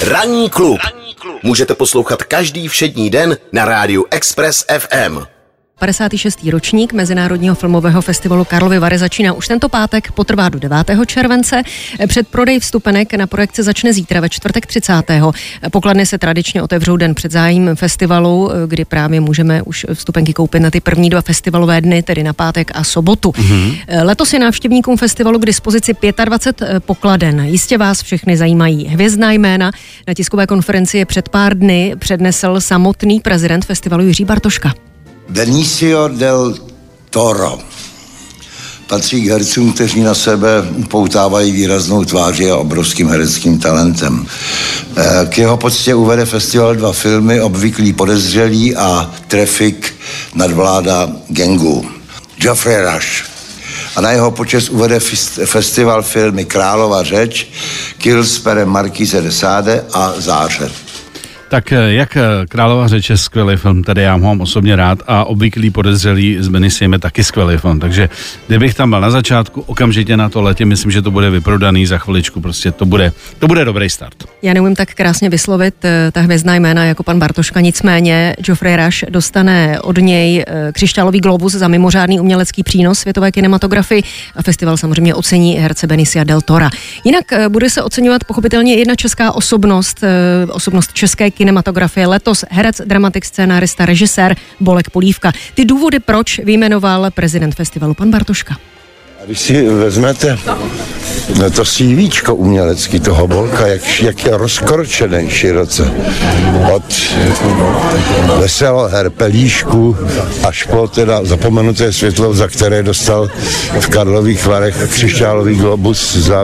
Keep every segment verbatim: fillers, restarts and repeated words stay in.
Ranní klub můžete poslouchat každý všední den na rádiu Express F M. padesátý šestý ročník Mezinárodního filmového festivalu Karlovy Vary začíná už tento pátek, potrvá do devátého července. Předprodej vstupenek na projekce začne zítra ve čtvrtek třicátého Pokladny se tradičně otevřou den před zájím festivalu, kdy právě můžeme už vstupenky koupit na ty první dva festivalové dny, tedy na pátek a sobotu. Mm-hmm. Letos je návštěvníkům festivalu k dispozici dvacet pět pokladen. Jistě vás všechny zajímají hvězdná jména. Na tiskové konferenci je před pár dny přednesl samotný prezident festivalu Jiří Bartoška. Benicio del Toro patří k hercům, kteří na sebe upoutávají výraznou tváří a obrovským hereckým talentem. K jeho poctě uvede festival dva filmy, Obvyklý podezřelý a Trafik, nadvláda gangů. Geoffrey Rush. A na jeho počest uvede festival filmy Králova řeč, Kill s Perem Marquise de Sade a Záře. Tak jak Králova řeč je skvělý film, tady já ho mám osobně rád, a Obvyklý podezřelý s Beniciem je taky skvělý film, takže kdybych tam byl na začátku, okamžitě na to letě, myslím, že to bude vyprodaný za chviličku, prostě to bude, to bude dobrý start. Já neumím tak krásně vyslovit ta hvězdná jména jako pan Bartoška, nicméně Geoffrey Rush dostane od něj křišťálový globus za mimořádný umělecký přínos světové kinematografii a festival samozřejmě ocení herce Benicia del Tora. Jinak bude se oceňovat pochopitelně jedna česká osobnost, osobnost české kinematografie, letos herec, dramatik, scénárista, režisér Bolek Polívka. Ty důvody, proč vyjmenoval prezident festivalu pan Bartoška. Když si vezmete no to CVčko umělecký toho Bolka, jak, jak je rozkročený široce. Od Veselého herpelíšku až po teda zapomenuté světlo, za které dostal v Karlových Varech křišťálový globus za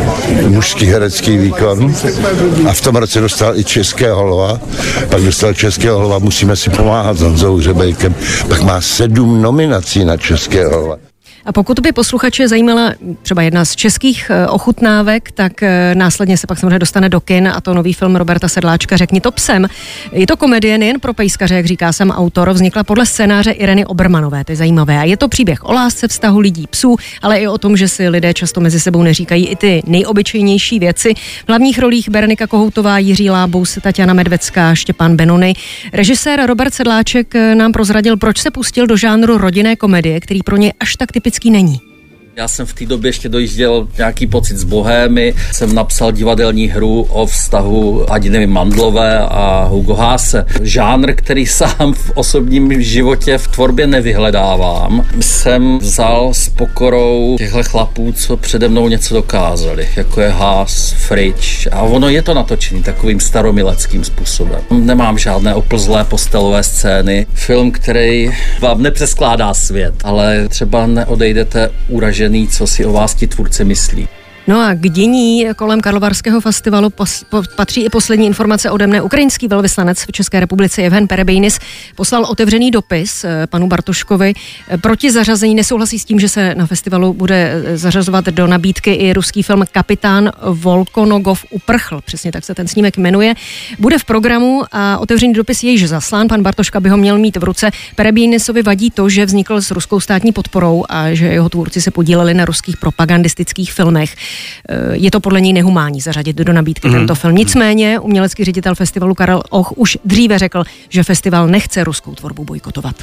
mužský herecký výkon. A v tom roce dostal i Českého lva. Pak dostal Českého lva, musíme si pomáhat s Honzou Hřebejkem. Pak má sedm nominací na Českého lva. A pokud by posluchače zajímala třeba jedna z českých ochutnávek, tak následně se pak samozřejmě dostane do kin, a to nový film Roberta Sedláčka Řekni to psem. Je to komedie nejen pro pejskaře, jak říká sám autor, vznikla podle scénáře Ireny Obermanové, to je zajímavé. A je to příběh o lásce, vztahu lidí, psů, ale i o tom, že si lidé často mezi sebou neříkají i ty nejobyčejnější věci. V hlavních rolích Berenika Kohoutová, Jiří Lábus, Tatiana Medvecká, Štěpán Benony. Režisér Robert Sedláček nám prozradil, proč se pustil do žánru rodinné komedie, který pro ně až tak typický není. Já jsem v té době ještě dojížděl nějaký pocit z bohémy, jsem napsal divadelní hru o vztahu Adiny Mandlové a Hugo Haase. Žánr, který sám v osobním životě v tvorbě nevyhledávám, jsem vzal s pokorou těchto chlapů, co přede mnou něco dokázali, jako je Haas, Frič, a ono je to natočený takovým staromileckým způsobem. Nemám žádné oplzlé postelové scény. Film, který vám nepřeskládá svět, ale třeba neodejdete uražený, co si o vás ti tvůrci myslí. No a k dění kolem Karlovarského festivalu pos, po, patří i poslední informace ode mne. Ukrajinský velvyslanec v České republice Evhen Perebejnis poslal otevřený dopis panu Bartoškovi proti zařazení. Nesouhlasí s tím, že se na festivalu bude zařazovat do nabídky i ruský film Kapitán Volkonogov uprchl. Přesně tak se ten snímek jmenuje. Bude v programu a otevřený dopis je již zaslán. Pan Bartoška by ho měl mít v ruce. Perebejnisovi vadí to, že vznikl s ruskou státní podporou a že jeho tvůrci se podíleli na ruských propagandistických filmech. Je to podle něj nehumánní zařadit do nabídky mm. tento film. Nicméně umělecký ředitel festivalu Karel Och už dříve řekl, že festival nechce ruskou tvorbu bojkotovat.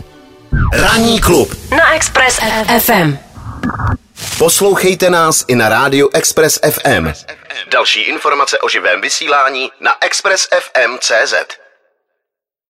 Ranní klub na Express F M. Poslouchejte nás i na rádiu Express F M. Další informace o živém vysílání na express f m tečka cé zet.